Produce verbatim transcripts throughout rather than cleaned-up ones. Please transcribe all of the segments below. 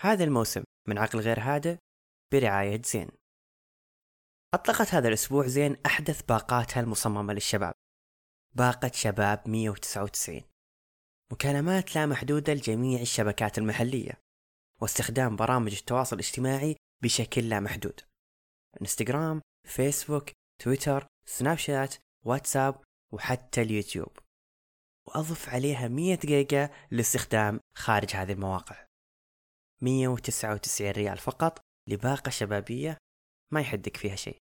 هذا الموسم من عقل غير هادئ برعاية زين. أطلقت هذا الأسبوع زين أحدث باقاتها المصممة للشباب، باقة شباب مية وتسعة وتسعين، مكالمات لا محدودة لجميع الشبكات المحلية، واستخدام برامج التواصل الاجتماعي بشكل لا محدود: انستغرام، فيسبوك، تويتر، سناب شات، واتساب، وحتى اليوتيوب. وأضف عليها مية جيجا للاستخدام خارج هذه المواقع. مية وتسعة وتسعين ريال فقط لباقة شبابية ما يحدك فيها شيء.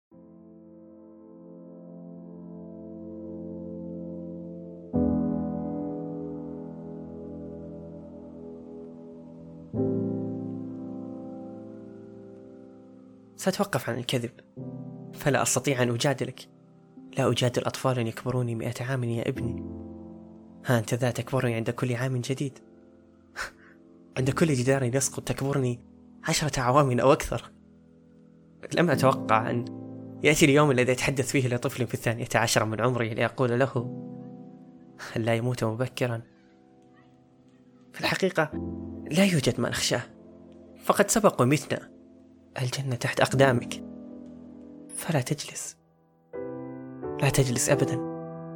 سأتوقف عن الكذب، فلا أستطيع أن أجادلك. لا أجادل أطفال يكبروني مئة عام يا ابني. ها أنت ذا تكبرني عند كل عام جديد. عند كل جدار يسقط تكبرني عشرة عوام أو أكثر. لم أتوقع أن يأتي اليوم الذي أتحدث فيه لطفل في الثانية عشر من عمري لأقول له لا يموت مبكرا. في الحقيقة لا يوجد ما أخشاه، فقد سبق ومتنا. الجنة تحت أقدامك، فلا تجلس، لا تجلس أبدا.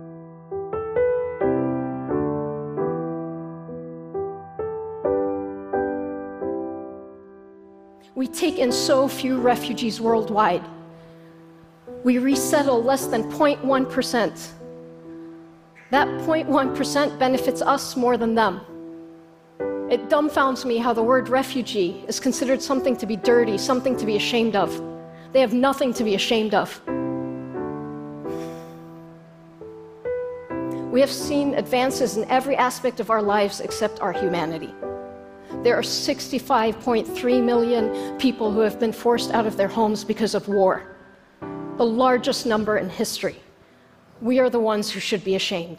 We take in so few refugees worldwide. We resettle less than zero point one percent. That zero point one percent benefits us more than them. It dumbfounds me how the word refugee is considered something to be dirty, something to be ashamed of. They have nothing to be ashamed of. We have seen advances in every aspect of our lives except our humanity. There are sixty-five point three million people who have been forced out of their homes because of war, the largest number in history. We are the ones who should be ashamed.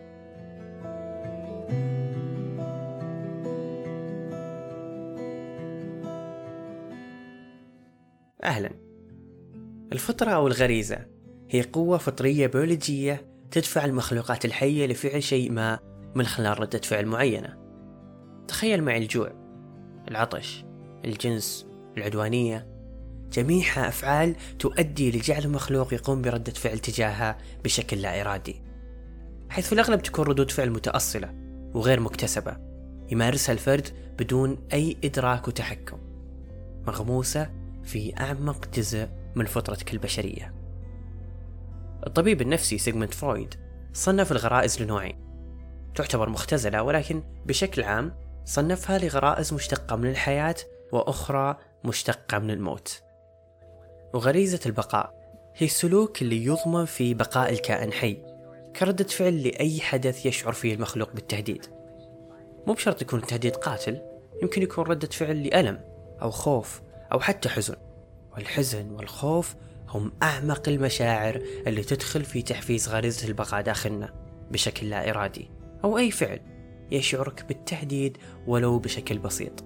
أهلا. الفطرة أو الغريزة هي قوة فطرية بيولوجية تدفع المخلوقات الحية لفعل شيء ما من خلال ردة فعل معينة. تخيل معي الجوع، العطش، الجنس، العدوانية، جميعها أفعال تؤدي لجعل المخلوق يقوم بردة فعل تجاهها بشكل لا إرادي، حيث في الأغلب تكون ردود فعل متأصلة وغير مكتسبة يمارسها الفرد بدون أي إدراك وتحكم، مغموسة في أعمق جزء من فطرتك البشرية. الطبيب النفسي سيغموند فرويد صنف الغرائز لنوعين، تعتبر مختزلة ولكن بشكل عام صنفها لغرائز مشتقة من الحياة وأخرى مشتقة من الموت. وغريزة البقاء هي السلوك اللي يضمن في بقاء الكائن حي كردة فعل لأي حدث يشعر فيه المخلوق بالتهديد. مو بشرط يكون التهديد قاتل، يمكن يكون ردة فعل لألم أو خوف أو حتى حزن. والحزن والخوف هم أعمق المشاعر اللي تدخل في تحفيز غريزة البقاء داخلنا بشكل لا إرادي، أو أي فعل يشعرك بالتهديد ولو بشكل بسيط.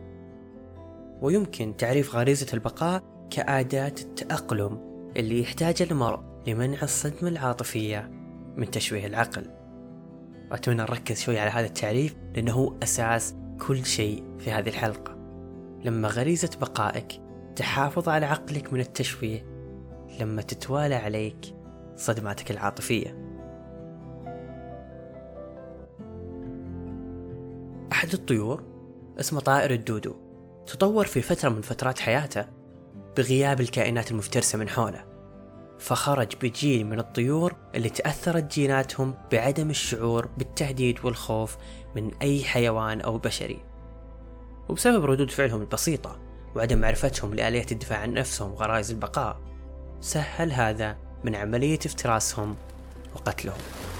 ويمكن تعريف غريزة البقاء كأداة التأقلم اللي يحتاج المرء لمنع الصدمة العاطفية من تشويه العقل. وأتمنى نركز شوي على هذا التعريف لأنه هو أساس كل شيء في هذه الحلقة. لما غريزة بقائك تحافظ على عقلك من التشويه لما تتوالى عليك صدماتك العاطفية. أحد الطيور اسمه طائر الدودو تطور في فترة من فترات حياته بغياب الكائنات المفترسة من حوله، فخرج بجيل من الطيور اللي تأثرت جيناتهم بعدم الشعور بالتهديد والخوف من أي حيوان أو بشري. وبسبب ردود فعلهم البسيطة وعدم معرفتهم لآلية الدفاع عن نفسهم وغرائز البقاء، سهل هذا من عملية افتراسهم وقتلهم.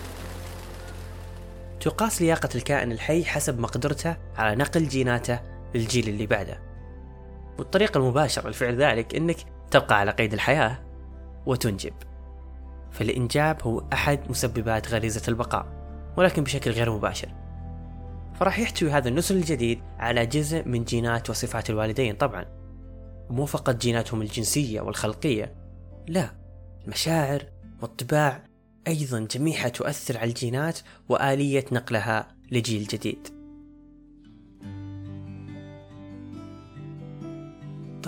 تقاس لياقة الكائن الحي حسب مقدرته على نقل جيناته للجيل اللي بعده، والطريقة المباشرة لفعل ذلك إنك تبقى على قيد الحياة وتنجب. فالإنجاب هو أحد مسببات غريزة البقاء، ولكن بشكل غير مباشر. فراح يحتوي هذا النسل الجديد على جزء من جينات وصفات الوالدين طبعا، ومو فقط جيناتهم الجنسية والخلقية، لا، المشاعر والطباع أيضا جميعها تؤثر على الجينات وآلية نقلها لجيل جديد.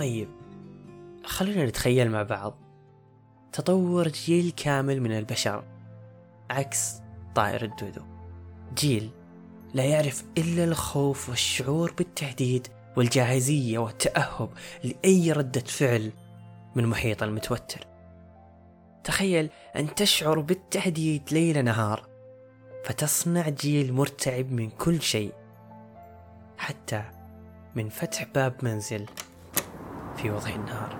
طيب خلونا نتخيل مع بعض تطور جيل كامل من البشر عكس طائر الدودو، جيل لا يعرف إلا الخوف والشعور بالتهديد والجاهزية والتأهب لأي ردة فعل من محيط المتوتر. تخيل أن تشعر بالتهديد ليل نهار فتصنع جيل مرتعب من كل شيء، حتى من فتح باب منزل في وضح النهار.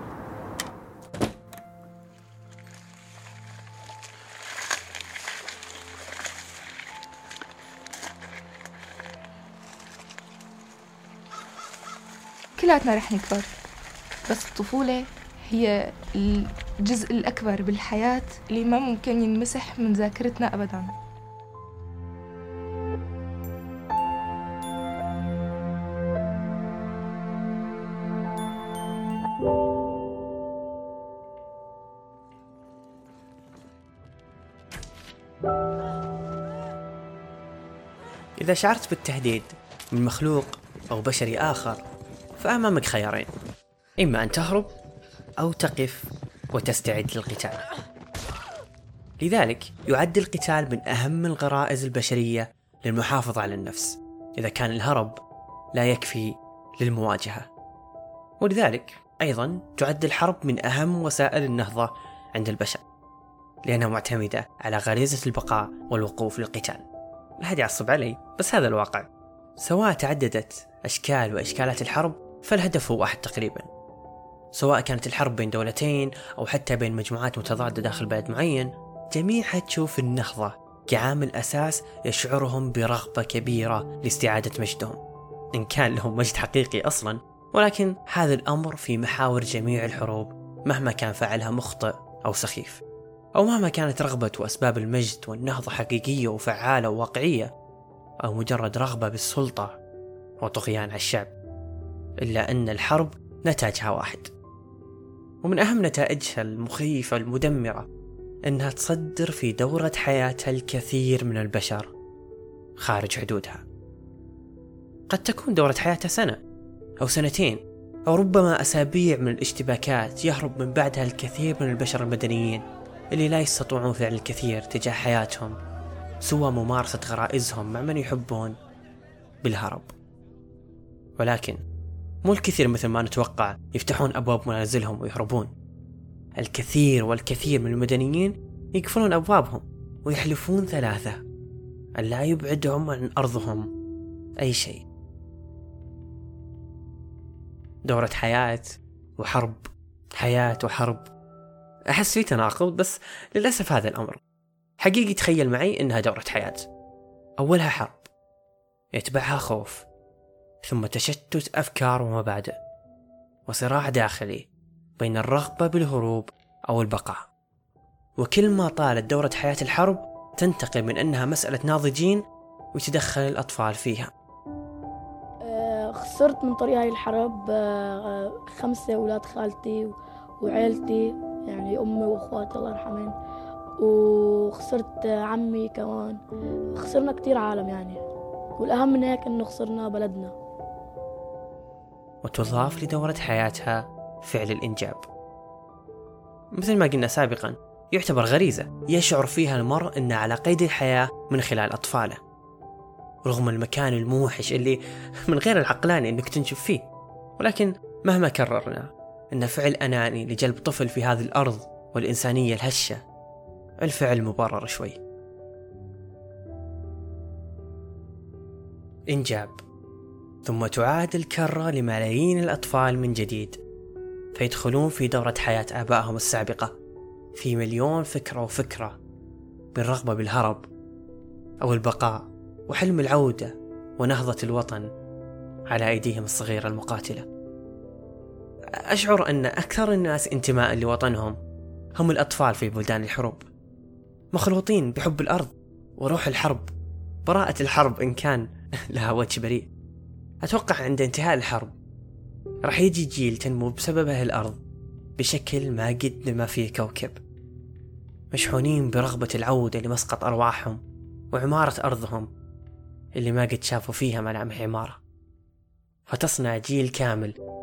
كلاتنا رح نكبر، بس الطفولة هي الجزء الأكبر بالحياة اللي ما ممكن ينمسح من ذاكرتنا أبداً. إذا شعرت بالتهديد من مخلوق أو بشري آخر فأمامك خيارين، إما أن تهرب أو تقف وتستعد للقتال. لذلك يعد القتال من أهم الغرائز البشرية للمحافظة على النفس إذا كان الهرب لا يكفي للمواجهة. ولذلك أيضا تعد الحرب من أهم وسائل النهضة عند البشر، لأنها معتمدة على غريزة البقاء والوقوف للقتال. لا أحد يعصب علي، بس هذا الواقع. سواء تعددت أشكال وإشكالات الحرب فالهدف هو واحد تقريبا، سواء كانت الحرب بين دولتين أو حتى بين مجموعات متضادة داخل بلد معين، جميعها تشوف النهضة كعامل أساس يشعرهم برغبة كبيرة لاستعادة مجدهم، إن كان لهم مجد حقيقي أصلا. ولكن هذا الأمر في محاور جميع الحروب مهما كان فعلها مخطئ أو سخيف، أو مهما كانت رغبة وأسباب المجد والنهضة حقيقية وفعالة وواقعية، أو مجرد رغبة بالسلطة وطغيان على الشعب، إلا أن الحرب نتاجها واحد، ومن أهم نتائجها المخيفة المدمرة أنها تصدر في دورة حياتها الكثير من البشر خارج حدودها. قد تكون دورة حياتها سنة أو سنتين أو ربما أسابيع من الاشتباكات يهرب من بعدها الكثير من البشر المدنيين اللي لا يستطيعون فعل الكثير تجاه حياتهم سوى ممارسة غرائزهم مع من يحبون بالهرب. ولكن مو الكثير مثل ما نتوقع يفتحون أبواب منازلهم ويهربون. الكثير والكثير من المدنيين يقفلون أبوابهم ويحلفون ثلاثة أن لا يبعدهم عن أرضهم أي شيء. دورة حياة وحرب، حياة وحرب. أحس في تناقض، بس للأسف هذا الأمر حقيقي. تخيل معي إنها دورة حياة، أولها حرب يتبعها خوف، ثم تشتت أفكار ومبادئ، وصراع داخلي بين الرغبة بالهروب أو البقاء. وكل ما طالت دورة حياة الحرب تنتقل من أنها مسألة ناضجين ويتدخل الأطفال فيها. خسرت من طريق هاي الحرب خمسة أولاد خالتي وعائلتي، يعني أمي وأخواتي الله يرحمهم، وخسرت عمي كمان. خسرنا كتير عالم يعني، والأهم من هيك إنه خسرنا بلدنا. وتضاف لدورة حياتها فعل الإنجاب، مثل ما قلنا سابقا يعتبر غريزة يشعر فيها المرء أنه على قيد الحياة من خلال أطفاله، رغم المكان الموحش اللي من غير العقلاني أنك تنشف فيه. ولكن مهما كررنا أن فعل أناني لجلب طفل في هذه الأرض والإنسانية الهشة، الفعل مبرر شوي. إنجاب، ثم تعاد الكرة لملايين الأطفال من جديد، فيدخلون في دورة حياة آبائهم السابقة في مليون فكرة وفكرة، بالرغبة بالهرب أو البقاء، وحلم العودة ونهضة الوطن على أيديهم الصغيرة المقاتلة. أشعر أن أكثر الناس انتماء لوطنهم هم الأطفال في بلدان الحروب، مخلوطين بحب الأرض وروح الحرب، براءة الحرب إن كان لها وجه بريء. أتوقع عند انتهاء الحرب راح يجي جيل تنمو بسببه الأرض بشكل ما قد نما فيه كوكب، مشحونين برغبة العودة لمسقط أرواحهم وعمارة أرضهم اللي ما قد شافوا فيها ملامح عمارة، فتصنع جيل كامل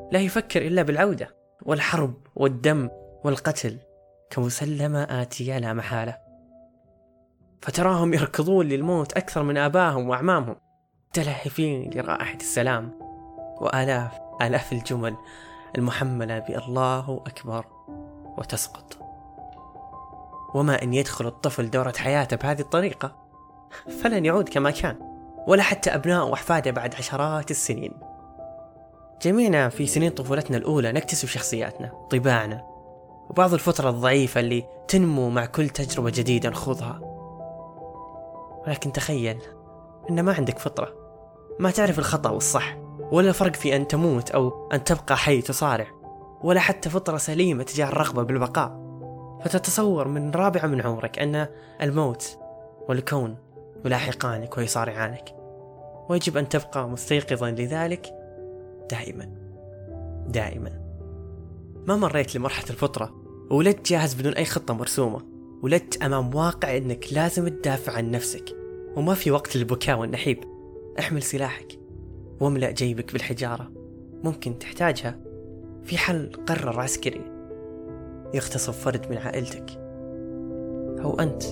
لا يفكر إلا بالعودة والحرب والدم والقتل كمسلمة آتية لا محالة. فتراهم يركضون للموت أكثر من آبائهم وأعمامهم، متلهفين لرائحة السلام وآلاف آلاف الجمل المحملة بالله أكبر وتسقط. وما إن يدخل الطفل دورة حياته بهذه الطريقة فلن يعود كما كان، ولا حتى أبناء وأحفاده بعد عشرات السنين. جميعنا في سنين طفولتنا الأولى نكتسب شخصياتنا، طباعنا، وبعض الفترة الضعيفة اللي تنمو مع كل تجربة جديدة نخوضها. ولكن تخيل إن ما عندك فطرة، ما تعرف الخطأ والصح، ولا الفرق في أن تموت أو أن تبقى حي تصارع، ولا حتى فطرة سليمة تجاه الرغبة بالبقاء. فتتصور من رابعة من عمرك أن الموت والكون يلاحقانك ويصارعانك، ويجب أن تبقى مستيقظا لذلك دائما دائما. ما مريت لمرحلة الفطرة ولدت جاهز بدون أي خطة مرسومة، ولدت أمام واقع أنك لازم تدافع عن نفسك، وما في وقت للبكاء والنحيب. احمل سلاحك واملأ جيبك بالحجارة، ممكن تحتاجها في حل قرر عسكري يغتصب فرد من عائلتك أو أنت.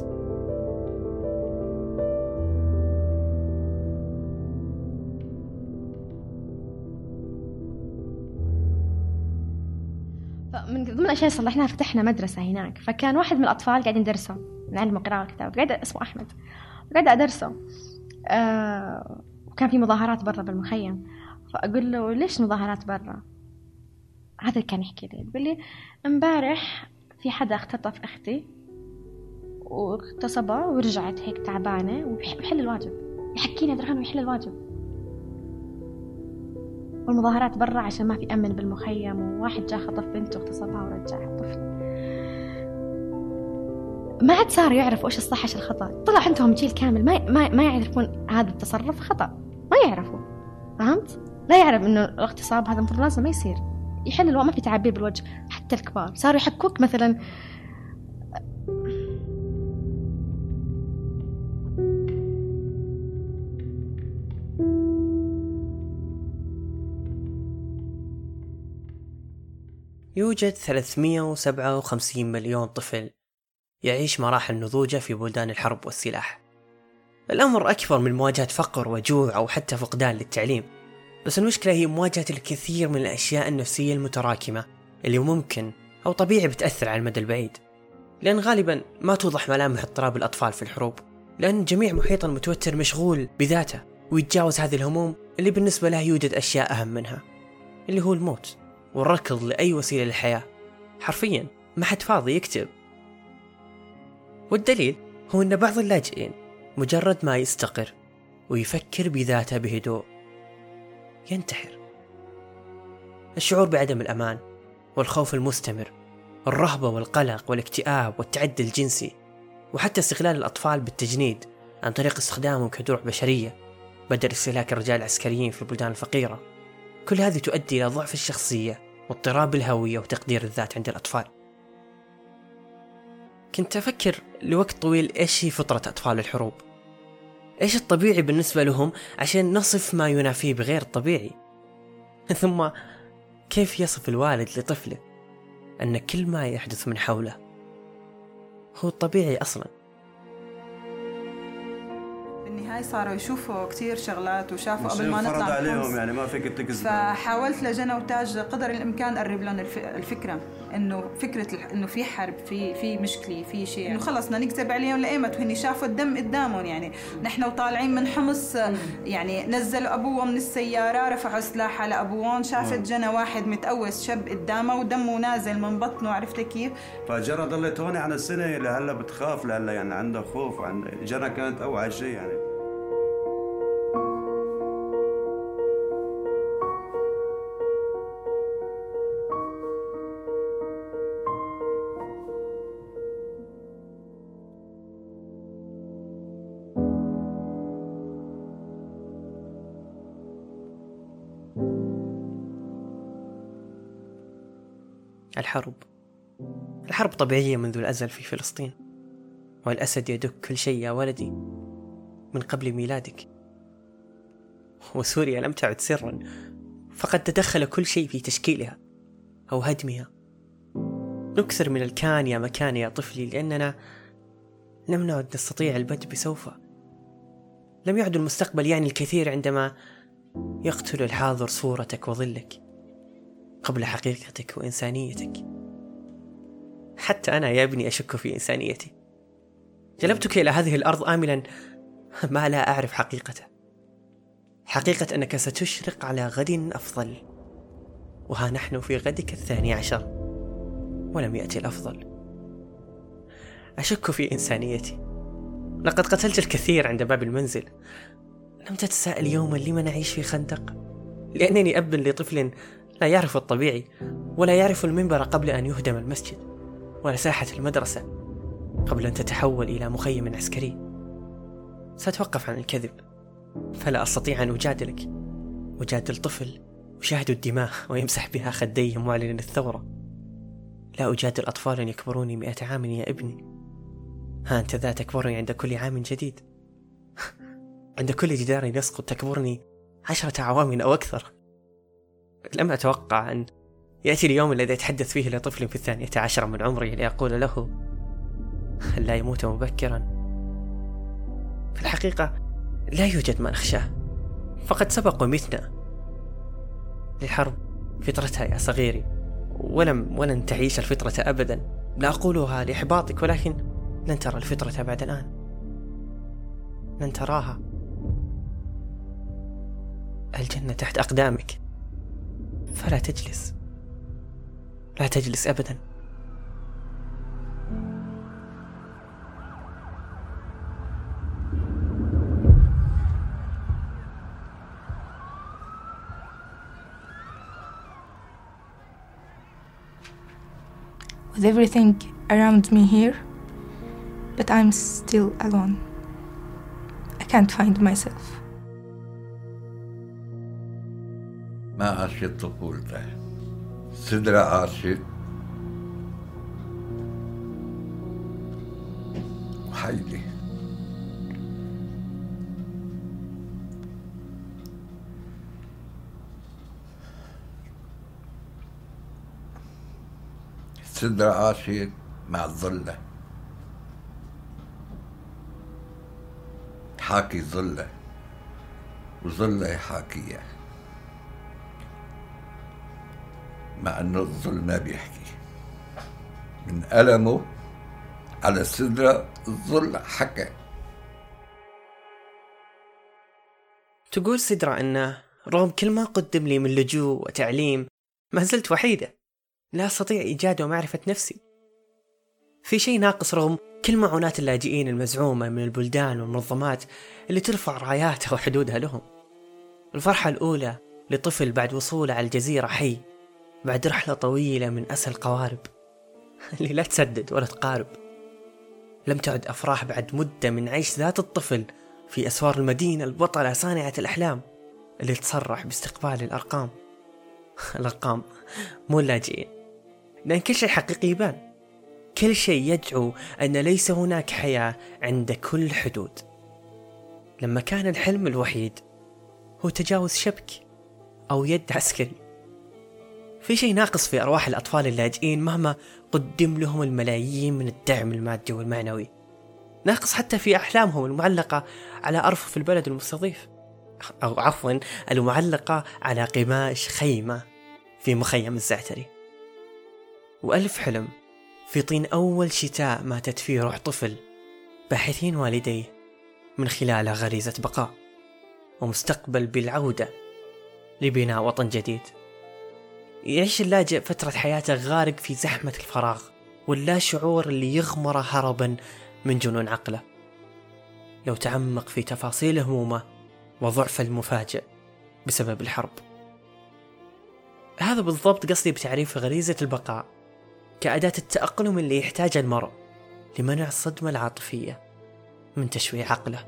من ضمن الأشياء اللي صلحناها فتحنا مدرسة هناك، فكان واحد من الأطفال قاعد يدرسه من علم قراءة كتاب، قاعد اسمه أحمد، قاعد أدرسه. آه وكان في مظاهرات برا بالمخيم، فأقول له ليش مظاهرات برا؟ هذا كان يحكي لي، يقول لي امبارح في حدا اختطف أختي واغتصبها ورجعت هيك تعبانة وبيحل الواجب، يحكيني عبد الرحمن ويحل الواجب. والمظاهرات برا عشان ما في أمن بالمخيم، وواحد جاء خطف بنته واغتصبها ورجعها الطفل. ما عاد صار يعرفوا إيش الصح إيش الخطأ، طلع عندهم جيل كامل ما ما ما يعرفون هذا التصرف خطأ، ما يعرفوا، فهمت؟ لا يعرف إنه الاغتصاب هذا المفروض لازم ما يصير، يحل الوقت، ما في تعبير بالوجه. حتى الكبار صاروا يحكوك مثلا يوجد ثلاثمئة وسبعة وخمسين مليون طفل يعيش مراحل نضوجه في بلدان الحرب والسلاح. الأمر أكبر من مواجهة فقر وجوع أو حتى فقدان للتعليم، بس المشكلة هي مواجهة الكثير من الأشياء النفسية المتراكمة اللي ممكن أو طبيعي بتأثر على المدى البعيد. لأن غالبا ما توضح ملامح اضطراب الأطفال في الحروب، لأن جميع محيط المتوتر مشغول بذاته ويتجاوز هذه الهموم اللي بالنسبة له يوجد أشياء أهم منها، اللي هو الموت والركض لأي وسيلة للحياة. حرفيا ما حد فاضي يكتب. والدليل هو أن بعض اللاجئين مجرد ما يستقر ويفكر بذاته بهدوء ينتحر. الشعور بعدم الأمان والخوف المستمر، الرهبة والقلق والاكتئاب والتعدي الجنسي، وحتى استغلال الأطفال بالتجنيد عن طريق استخدامهم كدروع بشرية بدل استهلاك الرجال العسكريين في البلدان الفقيرة، كل هذه تؤدي إلى ضعف الشخصية واضطراب الهوية وتقدير الذات عند الأطفال. كنت أفكر لوقت طويل إيش هي فطرة أطفال الحروب، إيش الطبيعي بالنسبة لهم عشان نصف ما ينافيه بغير الطبيعي. ثم كيف يصف الوالد لطفله أن كل ما يحدث من حوله هو الطبيعي أصلا. بالنهاية صاروا يشوفوا كتير شغلات وشافوا قبل ما فرض نطلع عليهم، يعني ما فيك تكذب. فحاولت لجنى وتاج قدر الإمكان أقرب لهم الفكرة إنه فكرة إنه في حرب، في في مشكلة، في شيء، إنه خلص بدنا نكذب عليهم لأيمت وهني شافوا الدم قدامهم. يعني نحن وطالعين من حمص، يعني نزلوا أبوه من السيارة، رفعوا سلاح على أبوهم، شافت جنى واحد متقوس شاب قدامه ودمه نازل من بطنه، عرفت كيف؟ فجنى ضلت هون عن السنة لهلا بتخاف، لهلا يعني عندها خوف. عن جنى كانت أوعى شيء يعني. الحرب الحرب طبيعية منذ الأزل في فلسطين، والأسد يدك كل شيء يا ولدي من قبل ميلادك. وسوريا لم تعد سرا، فقد تدخل كل شيء في تشكيلها أو هدمها. نكثر من الكان يا مكان يا طفلي، لأننا لم نعد نستطيع البدء بسوف. لم يعد المستقبل يعني الكثير عندما يقتل الحاضر صورتك وظلك قبل حقيقتك وإنسانيتك. حتى أنا يا ابني أشك في إنسانيتي. جلبتك إلى هذه الأرض آملا ما لا أعرف حقيقته، حقيقة أنك ستشرق على غد أفضل، وها نحن في غدك الثاني عشر ولم يأتي الأفضل. أشك في إنسانيتي. لقد قتلت الكثير عند باب المنزل. لم تتساءل يوما لما نعيش في خندق؟ لأنني أب لطفل لا يعرف الطبيعي، ولا يعرف المنبر قبل أن يهدم المسجد، ولا ساحة المدرسة قبل أن تتحول إلى مخيم عسكري. سأتوقف عن الكذب، فلا أستطيع أن أجادلك. أجادل طفل يشاهد الدماء ويمسح بها خديه معلن الثورة. لا أجادل أطفال يكبروني مئة عام يا ابني. ها أنت ذا تكبرني عند كل عام جديد. عند كل جدار يسقط تكبرني عشرة عوام أو أكثر. لم أتوقع أن يأتي اليوم الذي أتحدث فيه لطفل في الثانية عشر من عمري لأقول له لا يموت مبكرا. في الحقيقة لا يوجد ما نخشاه، فقد سبق ومتنا. للحرب فطرتها يا صغيري، ولم ولن تعيش الفطرة أبدا. لا أقولها لإحباطك، ولكن لن ترى الفطرة بعد الآن، لن تراها. الجنة تحت أقدامك، فلا تجلس، لا تجلس أبدا. With everything around me here, but I'm still alone. I can't find myself. ما عاشت طفولته، صدرة عاشت وحيدي. صدرة عاشت مع الظلة، حاكي ظلة وظلة حاكية، مع أنه الظل ما بيحكي. من ألمه على صدره الظل حكى. تقول سدرة أنه رغم كل ما قدم لي من لجوء وتعليم ما زلت وحيدة، لا أستطيع إيجاد ومعرفة نفسي. في شيء ناقص رغم كل معونات اللاجئين المزعومة من البلدان والمنظمات اللي ترفع راياتها وحدودها لهم. الفرحة الأولى لطفل بعد وصوله على الجزيرة حي بعد رحلة طويلة من أسى القوارب اللي لا تسدد ولا تقارب. لم تعد أفراح بعد مدة من عيش ذات الطفل في أسوار المدينة البطلة صانعة الأحلام اللي تصرح باستقبال الأرقام. الأرقام مو اللاجئين، لأن كل شيء حقيقي يبان. كل شيء يدعو أن ليس هناك حياة عند كل حدود. لما كان الحلم الوحيد هو تجاوز شبك أو يد عسكري. في شيء ناقص في أرواح الأطفال اللاجئين مهما قدم لهم الملايين من الدعم المادي والمعنوي. ناقص حتى في أحلامهم المعلقة على أرفف البلد المستضيف، أو عفوا المعلقة على قماش خيمة في مخيم الزعتري. وألف حلم في طين أول شتاء ماتت فيه روح طفل باحثين والديه من خلال غريزة بقاء ومستقبل بالعودة لبناء وطن جديد. يعيش اللاجئ فترة حياته غارق في زحمة الفراغ واللا شعور اللي يغمر هربا من جنون عقله. لو تعمق في تفاصيل همومه وضعف المفاجئ بسبب الحرب. هذا بالضبط قصدي بتعريف غريزة البقاء كأداة التأقلم اللي يحتاجها المرء لمنع الصدمة العاطفية من تشويه عقله.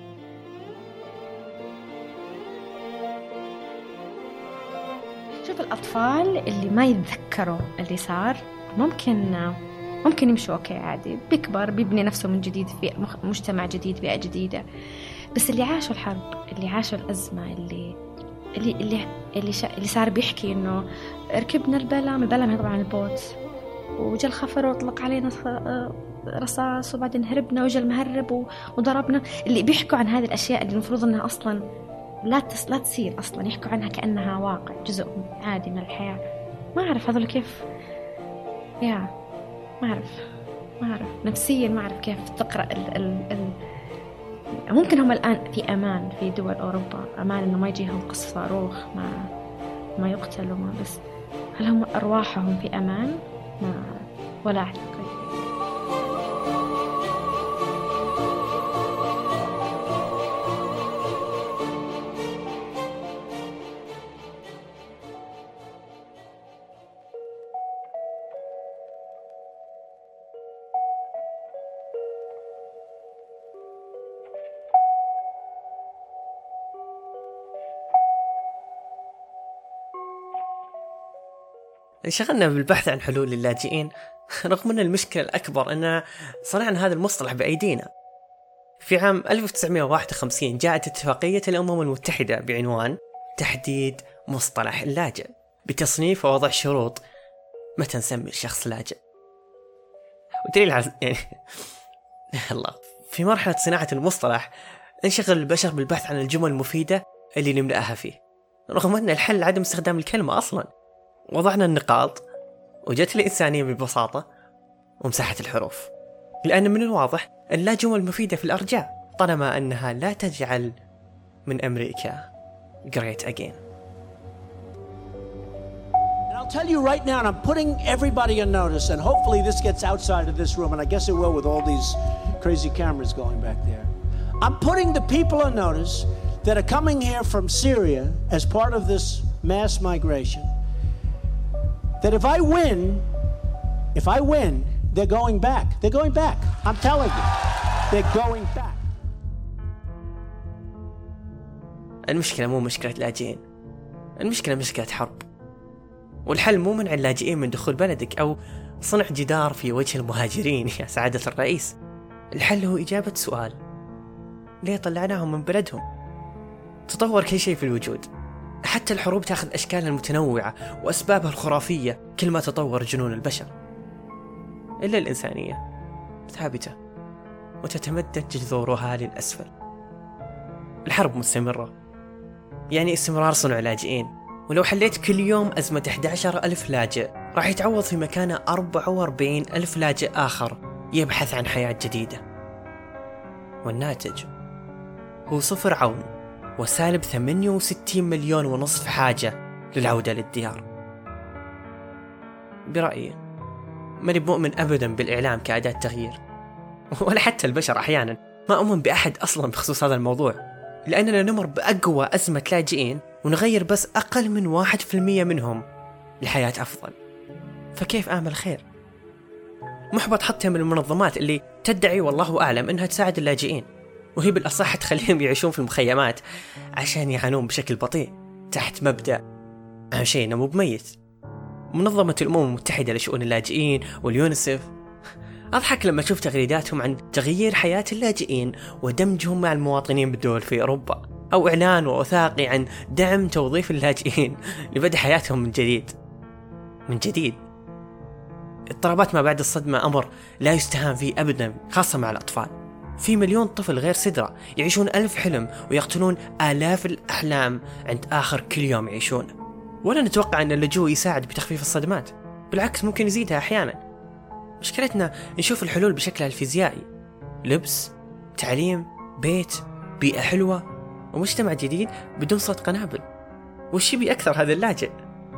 شوف الأطفال اللي ما يتذكروا اللي صار ممكن ممكن يمشوا أوكي عادي، بيكبر بيبني نفسه من جديد في مجتمع جديد بيئة جديدة. بس اللي عاشوا الحرب، اللي عاشوا الأزمة، اللي اللي اللي اللي, شا... اللي صار بيحكي إنه ركبنا البلم البلم هي طبعا البوت، وجا الخفر وطلق علينا رصاص، وبعدين هربنا وجا المهرب وضربنا. اللي بيحكوا عن هذه الأشياء اللي المفروض أنها أصلا لا تس... لا تصير أصلا، يحكوا عنها كأنها واقع جزء عادي من الحياة. ما أعرف هذول كيف، يا ما أعرف ما أعرف نفسيا ما أعرف كيف تقرأ ال... ال... ال... ممكن هم الآن في أمان في دول أوروبا، أمان إنه ما يجيهم قصف صاروخ، ما ما يقتلوا، ما بس هل هم أرواحهم في أمان؟ ما ولا أعتقد. انشغلنا بالبحث عن حلول للاجئين، رغم أن المشكلة الأكبر أن صنعنا هذا المصطلح بأيدينا. في عام ألف وتسعمائة وواحد وخمسين جاءت اتفاقية الأمم المتحدة بعنوان تحديد مصطلح اللاجئ، بتصنيف ووضع شروط متى نسمي الشخص لاجئ. ودليل على يعني الله، في مرحلة صناعة المصطلح انشغل البشر بالبحث عن الجمل المفيدة اللي نملأها فيه، رغم أن الحل عدم استخدام الكلمة أصلا. وضعنا النقاط وجت الإنسانية ببساطة ومساحة الحروف، لأن من الواضح أن لا جمل مفيدة في الأرجاء طالما أنها لا تجعل من أمريكا great again. And I'll tell you right now, and I'm putting everybody on notice, and hopefully this gets outside of this room, and I guess it will with all these crazy cameras going back there. I'm putting the people on notice that are coming here from Syria as part of this mass migration, that if I win, if I win, they're going back. They're going back. I'm telling you. They're going back. المشكلة مو مشكلة لاجئين، المشكلة مشكلة حرب. والحل مو منع اللاجئين من دخول بلدك أو صنع جدار في وجه المهاجرين يا سعادة الرئيس. الحل هو إجابة سؤال: ليه طلعناهم من بلدهم؟ تطور كل شيء في الوجود، حتى الحروب تأخذ أشكالها المتنوعة وأسبابها الخرافية كل ما تطور جنون البشر، إلا الإنسانية ثابتة وتتمدد جذورها للأسفل. الحرب مستمرة، يعني استمرار صنع لاجئين. ولو حليت كل يوم أزمة أحد عشر ألف لاجئ، راح يتعوض في مكانه أربعة وأربعين ألف لاجئ آخر يبحث عن حياة جديدة، والناتج هو صفر عون وسالب ثمانية وستين مليون ونصف حاجة للعودة للديار. برأيي ماني مؤمن أبدا بالإعلام كأداة تغيير، ولا حتى البشر أحيانا ما أؤمن بأحد أصلا بخصوص هذا الموضوع، لأننا نمر بأقوى أزمة لاجئين ونغير بس أقل من واحد في المية منهم لحياة أفضل. فكيف آمل خير؟ محبط حتى من المنظمات اللي تدعي والله أعلم أنها تساعد اللاجئين، وهي بالأصح تخليهم يعيشون في المخيمات عشان يعانون بشكل بطيء تحت مبدأ أهم شيء نمو بميت. منظمة الأمم المتحدة لشؤون اللاجئين واليونسف، أضحك لما أشوف تغريداتهم عن تغيير حياة اللاجئين ودمجهم مع المواطنين بالدول في أوروبا، أو إعلان وثائقي عن دعم توظيف اللاجئين لبدء حياتهم من جديد. من جديد اضطرابات ما بعد الصدمة أمر لا يستهان فيه أبدا، خاصة مع الأطفال. في مليون طفل غير سدرة يعيشون ألف حلم ويقتلون آلاف الأحلام عند آخر كل يوم يعيشونه. ولا نتوقع أن اللجوء يساعد بتخفيف الصدمات، بالعكس ممكن يزيدها أحيانا. مشكلتنا نشوف الحلول بشكلها الفيزيائي: لبس، تعليم، بيت، بيئة حلوة، ومجتمع جديد بدون صوت قنابل. وش يبي أكثر هذا اللاجئ؟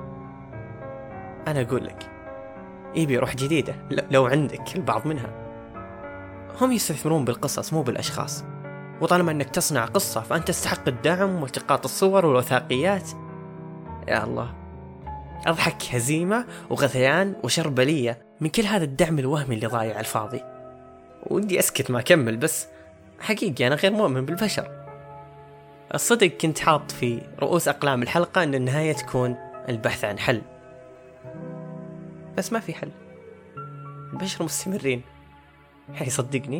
أنا أقول لك يبي روح جديدة لو عندك البعض منها. هم يستثمرون بالقصص مو بالأشخاص، وطالما أنك تصنع قصة فأنت تستحق الدعم والتقاط الصور والوثائقيات. يا الله، أضحك هزيمة وغثيان وشربلية من كل هذا الدعم الوهمي اللي ضايع على الفاضي. ودي أسكت ما أكمل، بس حقيقي أنا غير مؤمن بالبشر. الصدق كنت حاط في رؤوس أقلام الحلقة أن النهاية تكون البحث عن حل، بس ما في حل. البشر مستمرين، يعني صدقني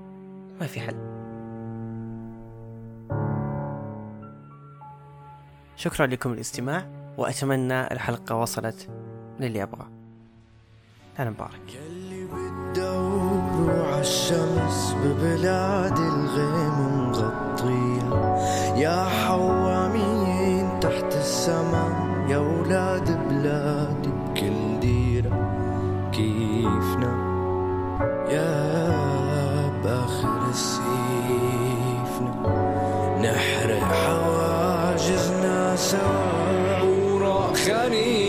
ما في حل. شكرا لكم الاستماع، وأتمنى الحلقة وصلت للي أبغى. أنا مبارك. يلي بتدوروا عالشمس ببلاد الغيم مغطية، يا حوامين تحت السماء، يا ولاد بلادي بكل ديرة كيفنا، يا بآخر السيفنا نحرق حواجزنا سوا وراء خليل